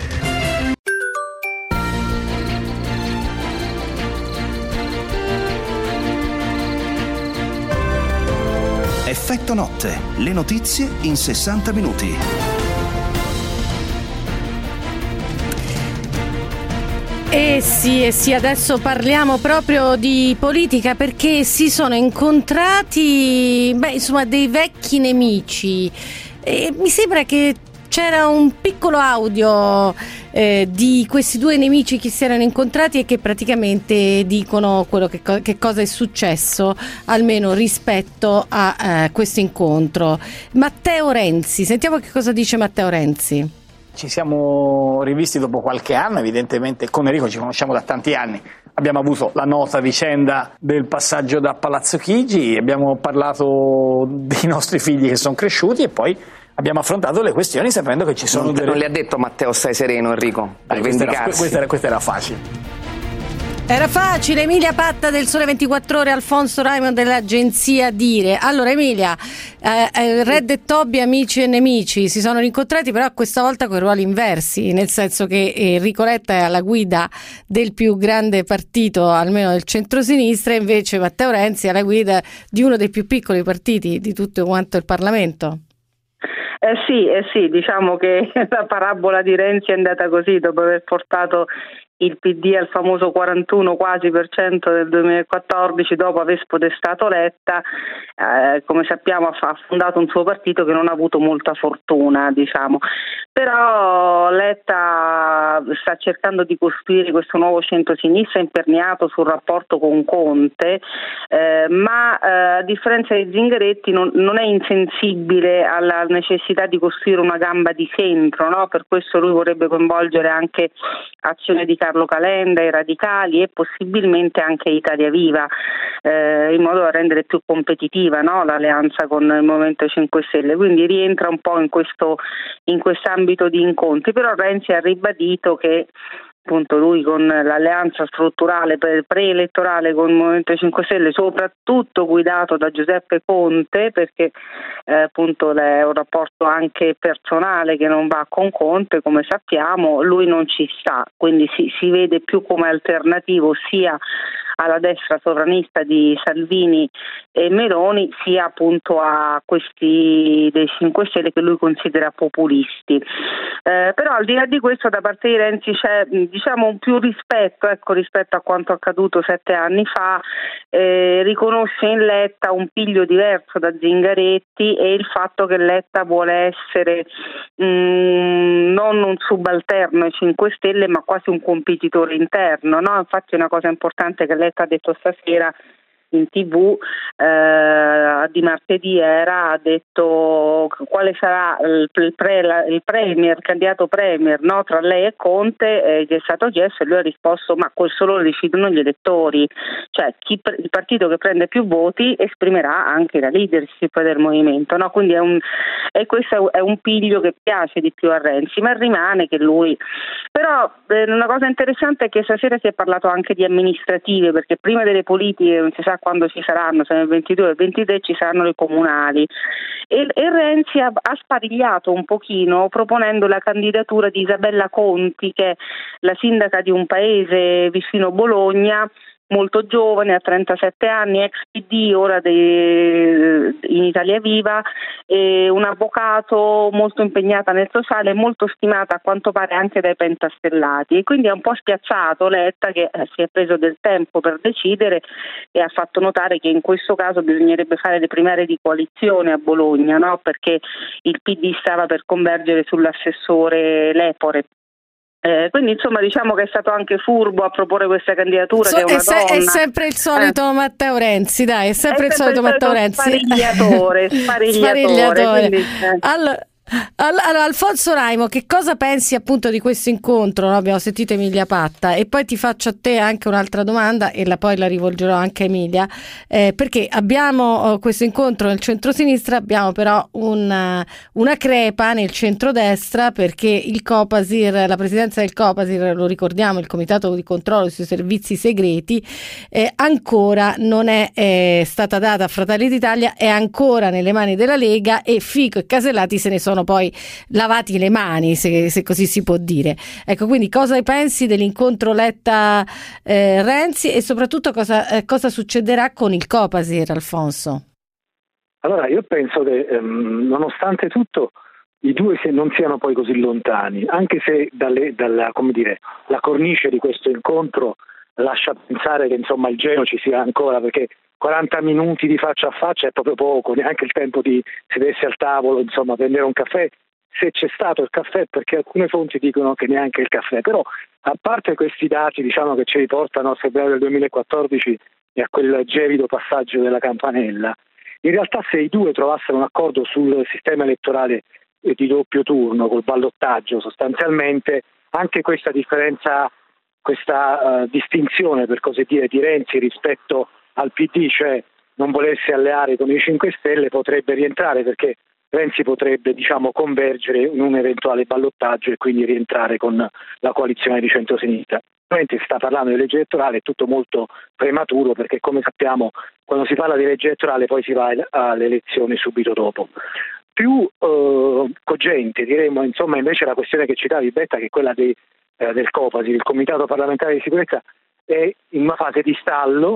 Effetto notte, le notizie in 60 minuti. Sì, adesso parliamo proprio di politica, perché si sono incontrati dei vecchi nemici, e mi sembra che c'era un piccolo audio di questi due nemici che si erano incontrati e che praticamente dicono quello che cosa è successo, almeno rispetto a questo incontro. Matteo Renzi, sentiamo che cosa dice Matteo Renzi. Ci siamo rivisti dopo qualche anno, evidentemente con Enrico ci conosciamo da tanti anni. Abbiamo avuto la nota vicenda del passaggio da Palazzo Chigi, abbiamo parlato dei nostri figli che sono cresciuti e poi abbiamo affrontato le questioni sapendo che ci sono Non le ha detto Matteo stai sereno Enrico, per vendicarsi. Questa era facile. Era facile. Emilia Patta del Sole 24 Ore, Alfonso Raimond dell'agenzia Dire. Allora Emilia, Red e Toby, amici e nemici, si sono rincontrati però questa volta con ruoli inversi, nel senso che Enrico Letta è alla guida del più grande partito, almeno del centrosinistra, e invece Matteo Renzi è alla guida di uno dei più piccoli partiti di tutto quanto il Parlamento. Sì, diciamo che la parabola di Renzi è andata così, dopo aver portato il PD al famoso 41 quasi % del 2014, dopo aver spodestato Letta, come sappiamo ha fondato un suo partito che non ha avuto molta fortuna, diciamo. Però Letta sta cercando di costruire questo nuovo centro-sinistra imperniato sul rapporto con Conte, ma a differenza di Zingaretti non è insensibile alla necessità di costruire una gamba di centro, no? Per questo lui vorrebbe coinvolgere anche Azione di Carlo Calenda, i radicali e possibilmente anche Italia Viva, in modo da rendere più competitiva, no, l'alleanza con il Movimento 5 Stelle. Quindi rientra un po' in quest'ambito di incontri, però Renzi ha ribadito che appunto lui con l'alleanza strutturale preelettorale con il Movimento 5 Stelle, soprattutto guidato da Giuseppe Conte, perché appunto è un rapporto anche personale che non va con Conte, come sappiamo, lui non ci sta, quindi si vede più come alternativo sia alla destra sovranista di Salvini e Meloni, sia appunto a questi dei 5 Stelle che lui considera populisti. Però al di là di questo da parte di Renzi c'è diciamo un più rispetto a quanto accaduto 7 anni fa, riconosce in Letta un piglio diverso da Zingaretti e il fatto che Letta vuole essere non un subalterno ai 5 Stelle ma quasi un competitore interno, no? Infatti una cosa importante che Letta ha detto stasera in TV di martedì ha detto quale sarà il candidato premier, no, tra lei e Conte, gli è stato chiesto e lui ha risposto ma quel solo lo decidono gli elettori, cioè il partito che prende più voti esprimerà anche la leadership del movimento, no? Quindi questo è un piglio che piace di più a Renzi, ma rimane che lui. Però una cosa interessante è che stasera si è parlato anche di amministrative, perché prima delle politiche non si sa quando ci saranno, se nel 22 o il 23 ci saranno le comunali e Renzi ha sparigliato un pochino proponendo la candidatura di Isabella Conti, che è la sindaca di un paese vicino Bologna, molto giovane, ha 37 anni, ex PD, ora in Italia Viva, un avvocato molto impegnata nel sociale, molto stimata a quanto pare anche dai pentastellati, e quindi è un po' spiazzato Letta, che si è preso del tempo per decidere e ha fatto notare che in questo caso bisognerebbe fare le primarie di coalizione a Bologna, no? Perché il PD stava per convergere sull'assessore Lepore. Quindi insomma diciamo che è stato anche furbo a proporre questa candidatura, che è una donna. È sempre il solito Matteo Renzi, dai, è sempre il solito Matteo Renzi. Sparigliatore. Quindi, Allora, Alfonso Raimo, che cosa pensi appunto di questo incontro? No? Abbiamo sentito Emilia Patta e poi ti faccio a te anche un'altra domanda e poi la rivolgerò anche a Emilia, perché abbiamo questo incontro nel centro-sinistra, abbiamo però una crepa nel centrodestra, perché il Copasir, la presidenza del Copasir, lo ricordiamo, il comitato di controllo sui servizi segreti, ancora non è stata data a Fratelli d'Italia, è ancora nelle mani della Lega e Fico e Casellati se ne sono poi lavati le mani, se così si può dire. Ecco, quindi cosa pensi dell'incontro Letta-Renzi e soprattutto cosa succederà con il Copasir, Alfonso? Allora, io penso che nonostante tutto i due non siano poi così lontani, anche se la cornice di questo incontro lascia pensare che insomma il gelo ci sia ancora, perché 40 minuti di faccia a faccia è proprio poco, neanche il tempo di sedersi al tavolo, insomma, prendere un caffè, se c'è stato il caffè, perché alcune fonti dicono che neanche il caffè. Però a parte questi dati, diciamo, che ci riportano a febbraio del 2014 e a quel gelido passaggio della campanella, in realtà se i due trovassero un accordo sul sistema elettorale di doppio turno, col ballottaggio sostanzialmente, anche questa differenza, questa distinzione per così dire di Renzi rispetto al PD, cioè non volesse alleare con i 5 Stelle, potrebbe rientrare, perché Renzi potrebbe, diciamo, convergere in un eventuale ballottaggio e quindi rientrare con la coalizione di centrosinistra. Ovviamente si sta parlando di legge elettorale, è tutto molto prematuro, perché come sappiamo quando si parla di legge elettorale poi si va alle elezioni subito dopo. Più cogente, diremmo, insomma, invece la questione che citavi, Betta, che è quella del Copasir, il Comitato Parlamentare di Sicurezza, è in una fase di stallo,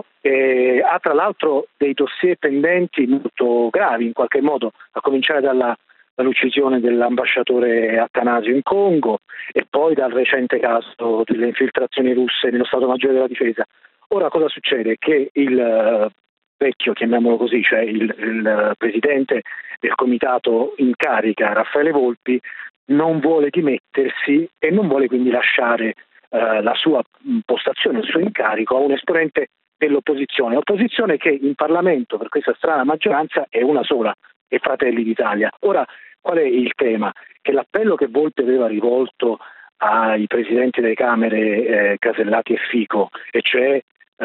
ha tra l'altro dei dossier pendenti molto gravi in qualche modo, a cominciare dall'uccisione dell'ambasciatore Attanasio in Congo e poi dal recente caso delle infiltrazioni russe nello Stato Maggiore della Difesa. Ora cosa succede? Che il vecchio, chiamiamolo così, cioè il presidente del comitato in carica, Raffaele Volpi, non vuole dimettersi e non vuole quindi lasciare la sua postazione, il suo incarico a un esponente dell'opposizione, opposizione che in Parlamento per questa strana maggioranza è una sola, è Fratelli d'Italia. Ora, qual è il tema? Che l'appello che Volpi aveva rivolto ai presidenti delle Camere Casellati e Fico, e cioè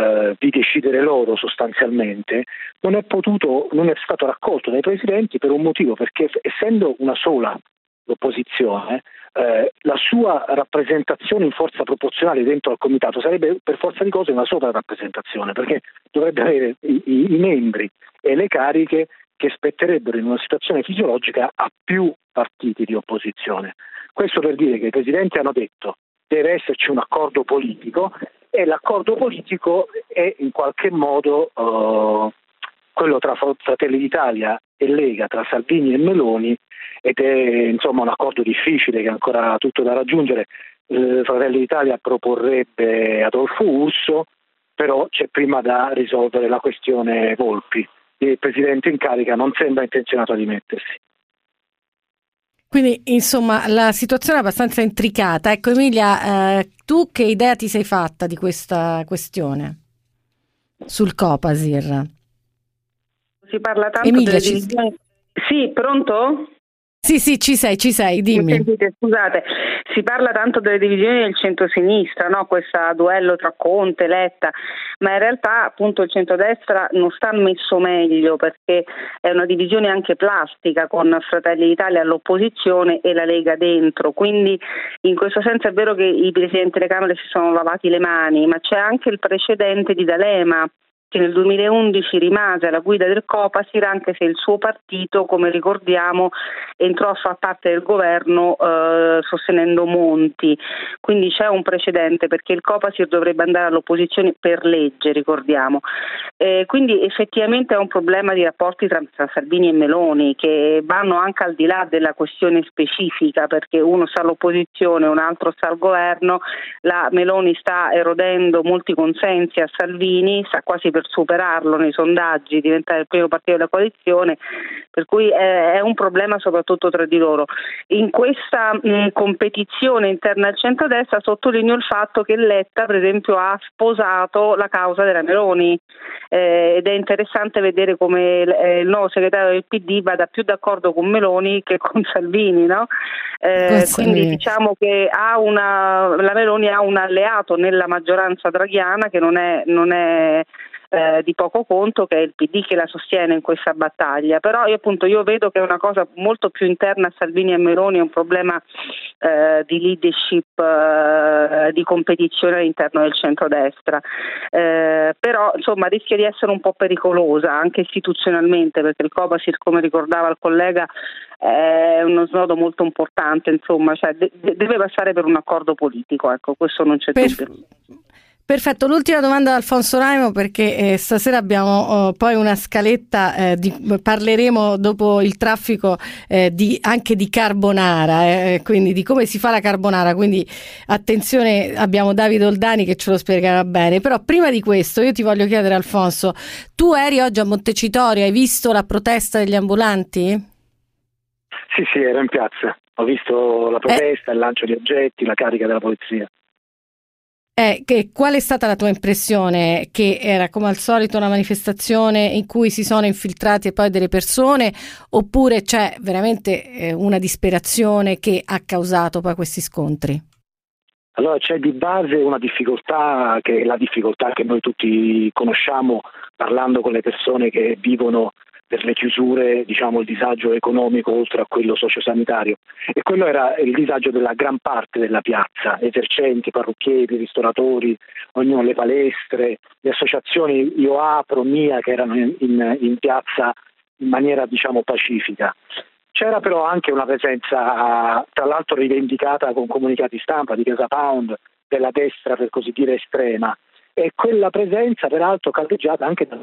di decidere loro sostanzialmente, non è stato raccolto dai presidenti per un motivo, perché essendo una sola l'opposizione, la sua rappresentazione in forza proporzionale dentro al comitato sarebbe per forza di cose una sovrarappresentazione, perché dovrebbe avere i membri e le cariche che spetterebbero in una situazione fisiologica a più partiti di opposizione. Questo per dire che i presidenti hanno detto deve esserci un accordo politico, e l'accordo politico è in qualche modo quello tra Fratelli d'Italia e Lega, tra Salvini e Meloni, ed è insomma un accordo difficile che è ancora tutto da raggiungere. Fratelli d'Italia proporrebbe Adolfo Urso, però c'è prima da risolvere la questione Volpi. Il presidente in carica non sembra intenzionato a dimettersi. Quindi insomma la situazione è abbastanza intricata. Ecco Emilia, tu che idea ti sei fatta di questa questione? sul Copasir. Si parla tanto Emilia, delle divisioni. Sì, pronto? Sì, ci sei, dimmi. Sentite, scusate, si parla tanto delle divisioni del centro-sinistra, no? Questo duello tra Conte e Letta, ma in realtà appunto il centrodestra non sta messo meglio, perché è una divisione anche plastica, con Fratelli d'Italia all'opposizione e la Lega dentro, quindi in questo senso è vero che i presidenti delle Camere si sono lavati le mani, ma c'è anche il precedente di D'Alema, che nel 2011 rimase alla guida del Copasir, anche se il suo partito, come ricordiamo, entrò a far parte del governo sostenendo Monti. Quindi c'è un precedente, perché il Copasir dovrebbe andare all'opposizione per legge, ricordiamo. Quindi effettivamente è un problema di rapporti tra Salvini e Meloni, che vanno anche al di là della questione specifica, perché uno sta all'opposizione, un altro sta al governo. La Meloni sta erodendo molti consensi a Salvini, sta quasi per superarlo nei sondaggi, diventare il primo partito della coalizione, per cui è un problema soprattutto tra di loro. In questa competizione interna al centrodestra sottolineo il fatto che Letta, per esempio, ha sposato la causa della Meloni, ed è interessante vedere come il nuovo segretario del PD vada più d'accordo con Meloni che con Salvini, no? Quindi diciamo che la Meloni ha un alleato nella maggioranza draghiana che non è di poco conto, che è il PD che la sostiene in questa battaglia. Però io vedo che è una cosa molto più interna a Salvini e Meloni, è un problema di leadership, di competizione all'interno del centrodestra, però insomma rischia di essere un po' pericolosa anche istituzionalmente, perché il Copasir, come ricordava il collega, è uno snodo molto importante, insomma, cioè deve passare per un accordo politico, ecco, questo non c'è dubbio. Perfetto, l'ultima domanda da Alfonso Raimo, perché stasera abbiamo poi una scaletta, parleremo dopo il traffico anche di carbonara, quindi di come si fa la carbonara, quindi attenzione, abbiamo Davide Oldani che ce lo spiegherà bene. Però prima di questo io ti voglio chiedere, Alfonso, tu eri oggi a Montecitorio, hai visto la protesta degli ambulanti? Sì, ero in piazza, ho visto la protesta, il lancio di oggetti, la carica della polizia. Qual è stata la tua impressione? Che era come al solito una manifestazione in cui si sono infiltrati poi delle persone, oppure c'è veramente una disperazione che ha causato poi questi scontri? Allora c'è di base una difficoltà, che è la difficoltà che noi tutti conosciamo parlando con le persone che vivono per le chiusure, diciamo, il disagio economico oltre a quello sociosanitario, e quello era il disagio della gran parte della piazza, esercenti, parrucchieri, ristoratori, ognuno, le palestre, le associazioni Io Apro, Mia, che erano in piazza in maniera, diciamo, pacifica. C'era però anche una presenza, tra l'altro rivendicata con comunicati stampa di Casa Pound, della destra per così dire estrema, e quella presenza peraltro caldeggiata anche da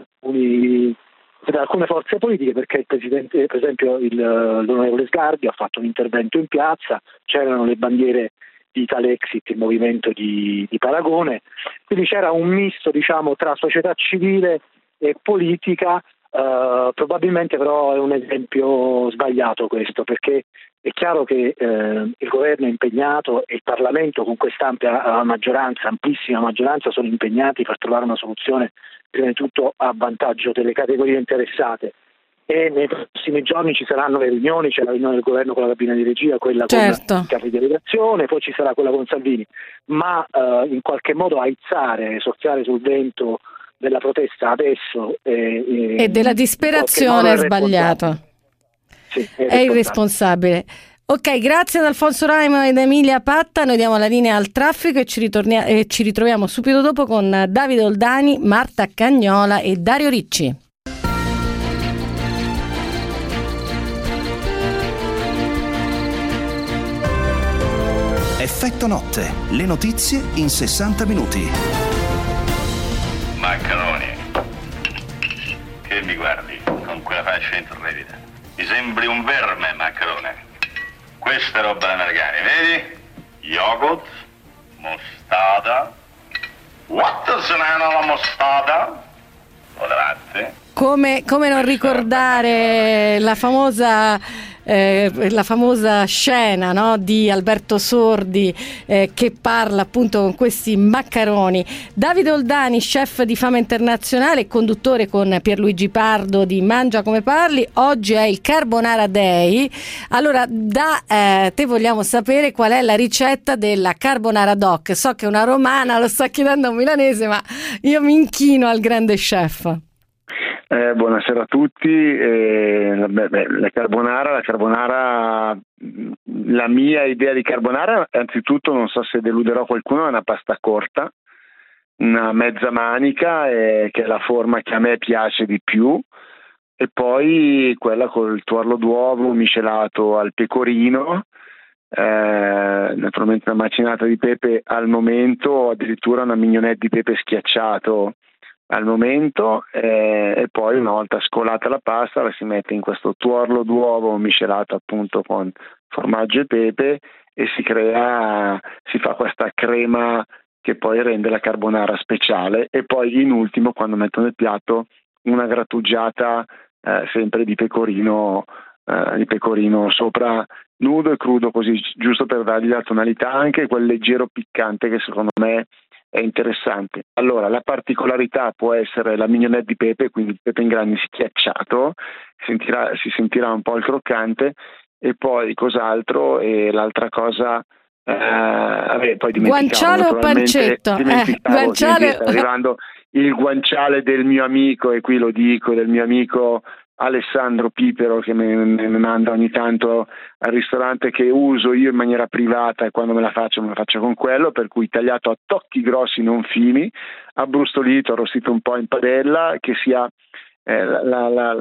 alcune forze politiche, perché il presidente, per esempio l'onorevole Sgarbi ha fatto un intervento in piazza, c'erano le bandiere di Italexit, il movimento di Paragone, quindi c'era un misto, diciamo, tra società civile e politica. Probabilmente però è un esempio sbagliato questo, perché è chiaro che il governo è impegnato e il Parlamento con questa ampia maggioranza, amplissima maggioranza, sono impegnati per trovare una soluzione prima di tutto a vantaggio delle categorie interessate, e nei prossimi giorni ci saranno le riunioni, c'è la riunione del governo con la cabina di regia, quella con i capi di delegazione, poi ci sarà quella con Salvini, ma in qualche modo soffiare sul vento della protesta adesso e della disperazione è sbagliato, è irresponsabile. Ok, grazie ad Alfonso Raimo ed Emilia Patta. Noi diamo la linea al traffico e ci ritroviamo subito dopo con Davide Oldani, Marta Cagnola e Dario Ricci. Effetto notte, le notizie in 60 minuti. Maccaroni, che mi guardi con quella faccia intorrevida? Mi sembri un verme, Maccarone. Questa è roba americana, vedi? Yogurt, mostarda. What se n'è la mostarda? O latte? Come non ricordare la famosa la famosa scena, no, di Alberto Sordi che parla appunto con questi maccheroni. Davide Oldani, chef di fama internazionale e conduttore con Pierluigi Pardo di Mangia come parli. Oggi è il Carbonara Day. Allora, da te vogliamo sapere qual è la ricetta della Carbonara Doc. So che è una romana, lo sta chiedendo un milanese, ma io mi inchino al grande chef. Buonasera a tutti. La carbonara, la mia idea di carbonara, anzitutto non so se deluderò qualcuno, è una pasta corta, una mezza manica, che è la forma che a me piace di più, e poi quella col tuorlo d'uovo miscelato al pecorino, naturalmente una macinata di pepe al momento, o addirittura una mignonette di pepe schiacciato al momento, e poi una volta scolata la pasta la si mette in questo tuorlo d'uovo miscelato appunto con formaggio e pepe, e si fa questa crema che poi rende la carbonara speciale. E poi in ultimo, quando metto nel piatto, una grattugiata sempre di pecorino sopra, nudo e crudo, così giusto per dargli la tonalità, anche quel leggero piccante che secondo me è interessante. Allora, la particolarità può essere la mignonette di pepe, quindi il pepe in grani schiacciato, si sentirà un po' il croccante. E poi cos'altro? E l'altra cosa, poi guanciale o pancetto? Guanciale. Sta arrivando il guanciale del mio amico, e qui lo dico, del mio amico Alessandro Pipero, che mi manda ogni tanto al ristorante, che uso io in maniera privata, e quando me la faccio con quello, per cui tagliato a tocchi grossi non fini, abbrustolito, arrostito un po' in padella, che sia la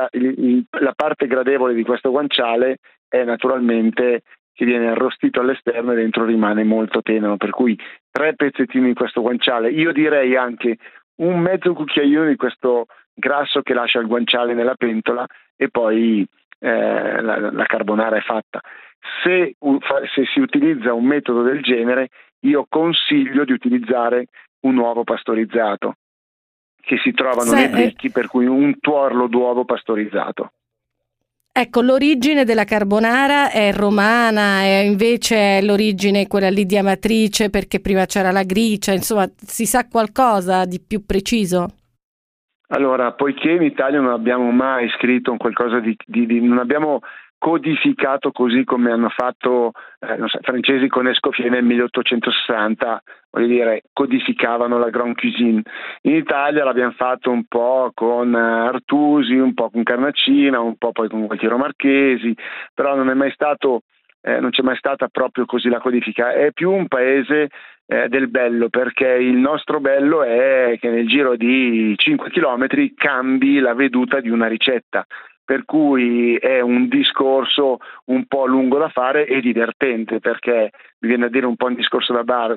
parte gradevole di questo guanciale è naturalmente che viene arrostito all'esterno e dentro rimane molto tenero, per cui 3 pezzettini di questo guanciale, io direi anche un mezzo cucchiaino di questo grasso che lascia il guanciale nella pentola, e poi la carbonara è fatta. Se si utilizza un metodo del genere, io consiglio di utilizzare un uovo pastorizzato, che si trovano nei becchi, per cui un tuorlo d'uovo pastorizzato. Ecco, l'origine della carbonara è romana, e invece l'origine è quella lì di Amatrice, perché prima c'era la gricia, insomma, si sa qualcosa di più preciso? Allora, poiché in Italia non abbiamo mai scritto un qualcosa non abbiamo codificato così come hanno fatto i francesi con Escoffier nel 1860, voglio dire, codificavano la grande cuisine. In Italia l'abbiamo fatto un po' con Artusi, un po' con Carnacina, un po' poi con Gualtiero Marchesi, però non c'è mai stata proprio così la codifica. È più un paese del bello, perché il nostro bello è che nel giro di 5 chilometri cambi la veduta di una ricetta, per cui è un discorso un po' lungo da fare e divertente, perché mi viene a dire un po' un discorso da bar,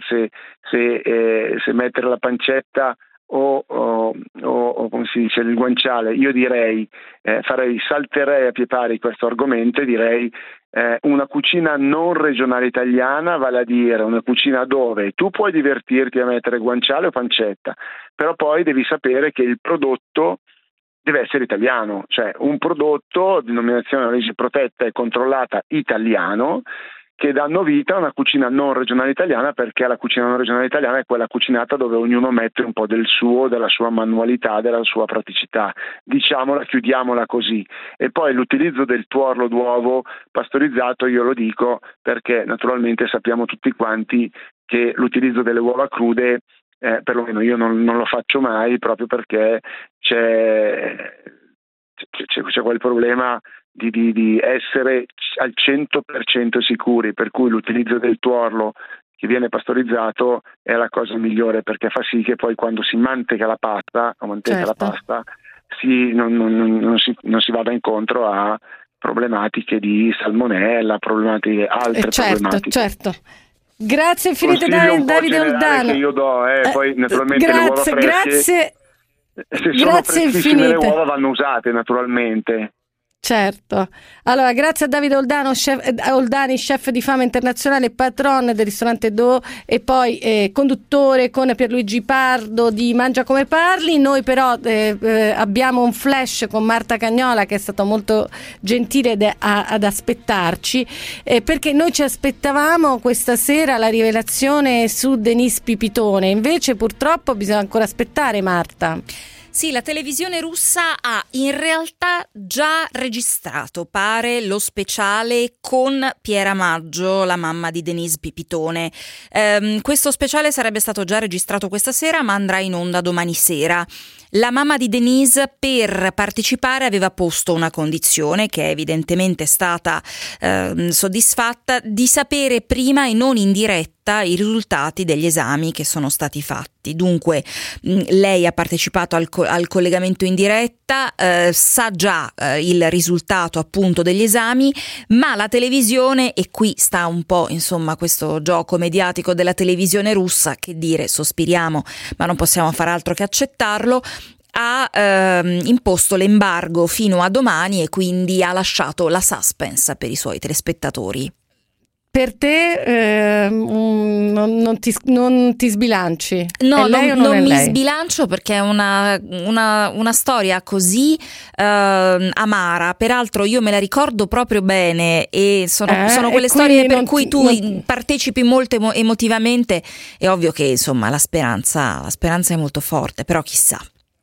se mettere la pancetta o come si dice, il guanciale. Io direi, salterei a pie pari questo argomento, e direi una cucina non regionale italiana, vale a dire una cucina dove tu puoi divertirti a mettere guanciale o pancetta, però poi devi sapere che il prodotto deve essere italiano, cioè un prodotto di denominazione di origine protetta e controllata italiano, che danno vita a una cucina non regionale italiana, perché la cucina non regionale italiana è quella cucinata dove ognuno mette un po' del suo, della sua manualità, della sua praticità, chiudiamola così. E poi l'utilizzo del tuorlo d'uovo pastorizzato, io lo dico perché naturalmente sappiamo tutti quanti che l'utilizzo delle uova crude, perlomeno io non lo faccio mai, proprio perché c'è quel problema di essere al 100% sicuri, per cui l'utilizzo del tuorlo che viene pastorizzato è la cosa migliore, perché fa sì che poi quando si manteca la pasta, non si vada incontro a problematiche di salmonella, altre problematiche. Certo. Grazie infinite Davide Oldani. Che io do, poi naturalmente le uova fresche, grazie se sono freschissime le uova vanno usate naturalmente. Certo. Allora, grazie a Davide Oldani, chef di fama internazionale, patron del ristorante Do e poi conduttore con Pierluigi Pardo di Mangia Come Parli. Noi però abbiamo un flash con Marta Cagnola, che è stato molto gentile ad aspettarci, perché noi ci aspettavamo questa sera la rivelazione su Denis Pipitone, invece purtroppo bisogna ancora aspettare, Marta. Sì, la televisione russa ha in realtà già registrato, pare, lo speciale con Piera Maggio, la mamma di Denis Pipitone. Questo speciale sarebbe stato già registrato questa sera, ma andrà in onda domani sera. La mamma di Denis, per partecipare, aveva posto una condizione che è evidentemente stata soddisfatta, di sapere prima e non in diretta i risultati degli esami che sono stati fatti. Dunque lei ha partecipato al collegamento in diretta, sa già il risultato appunto degli esami, ma la televisione, e qui sta un po' insomma questo gioco mediatico della televisione russa, che dire, sospiriamo ma non possiamo far altro che accettarlo, ha imposto l'embargo fino a domani e quindi ha lasciato la suspense per i suoi telespettatori. Per te non ti sbilanci? No, non mi lei? Sbilancio, perché è una storia così amara. Peraltro io me la ricordo proprio bene e sono quelle storie per cui tu partecipi molto emotivamente. È ovvio che insomma la speranza è molto forte, però chissà.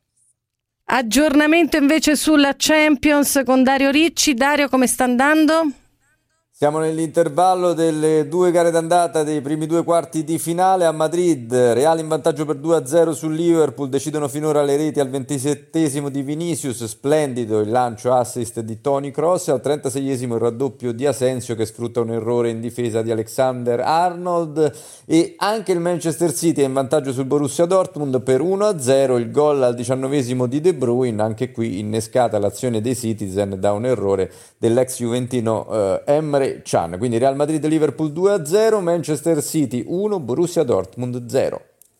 Aggiornamento invece sulla Champions con Dario Ricci. Dario, come sta andando? Siamo nell'intervallo delle due gare d'andata dei primi due quarti di finale a Madrid. Real in vantaggio per 2-0 sul Liverpool, decidono finora le reti al 27esimo di Vinicius, splendido il lancio assist di Toni Kroos, al 36esimo il raddoppio di Asensio che sfrutta un errore in difesa di Alexander Arnold, e anche il Manchester City è in vantaggio sul Borussia Dortmund per 1-0, il gol al 19esimo di De Bruyne, anche qui innescata l'azione dei Citizen da un errore dell'ex juventino Emre Can. Quindi Real Madrid Liverpool 2-0, Manchester City 1, Borussia Dortmund 0.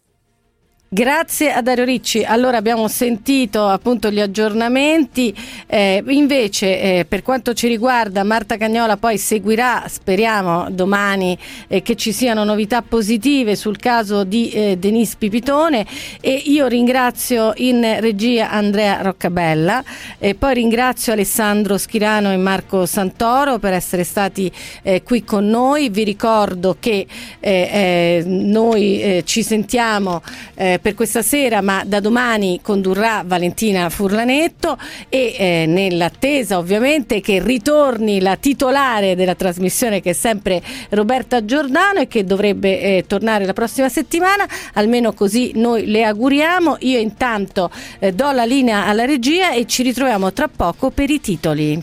Grazie a Dario Ricci. Allora abbiamo sentito appunto gli aggiornamenti, invece per quanto ci riguarda Marta Cagnola poi seguirà, speriamo domani, che ci siano novità positive sul caso di Denis Pipitone, e io ringrazio in regia Andrea Roccabella e poi ringrazio Alessandro Schirano e Marco Santoro per essere stati qui con noi. Vi ricordo che noi ci sentiamo per questa sera, ma da domani condurrà Valentina Furlanetto, e nell'attesa ovviamente che ritorni la titolare della trasmissione, che è sempre Roberta Giordano, e che dovrebbe tornare la prossima settimana, almeno così noi le auguriamo. Io intanto do la linea alla regia e ci ritroviamo tra poco per i titoli.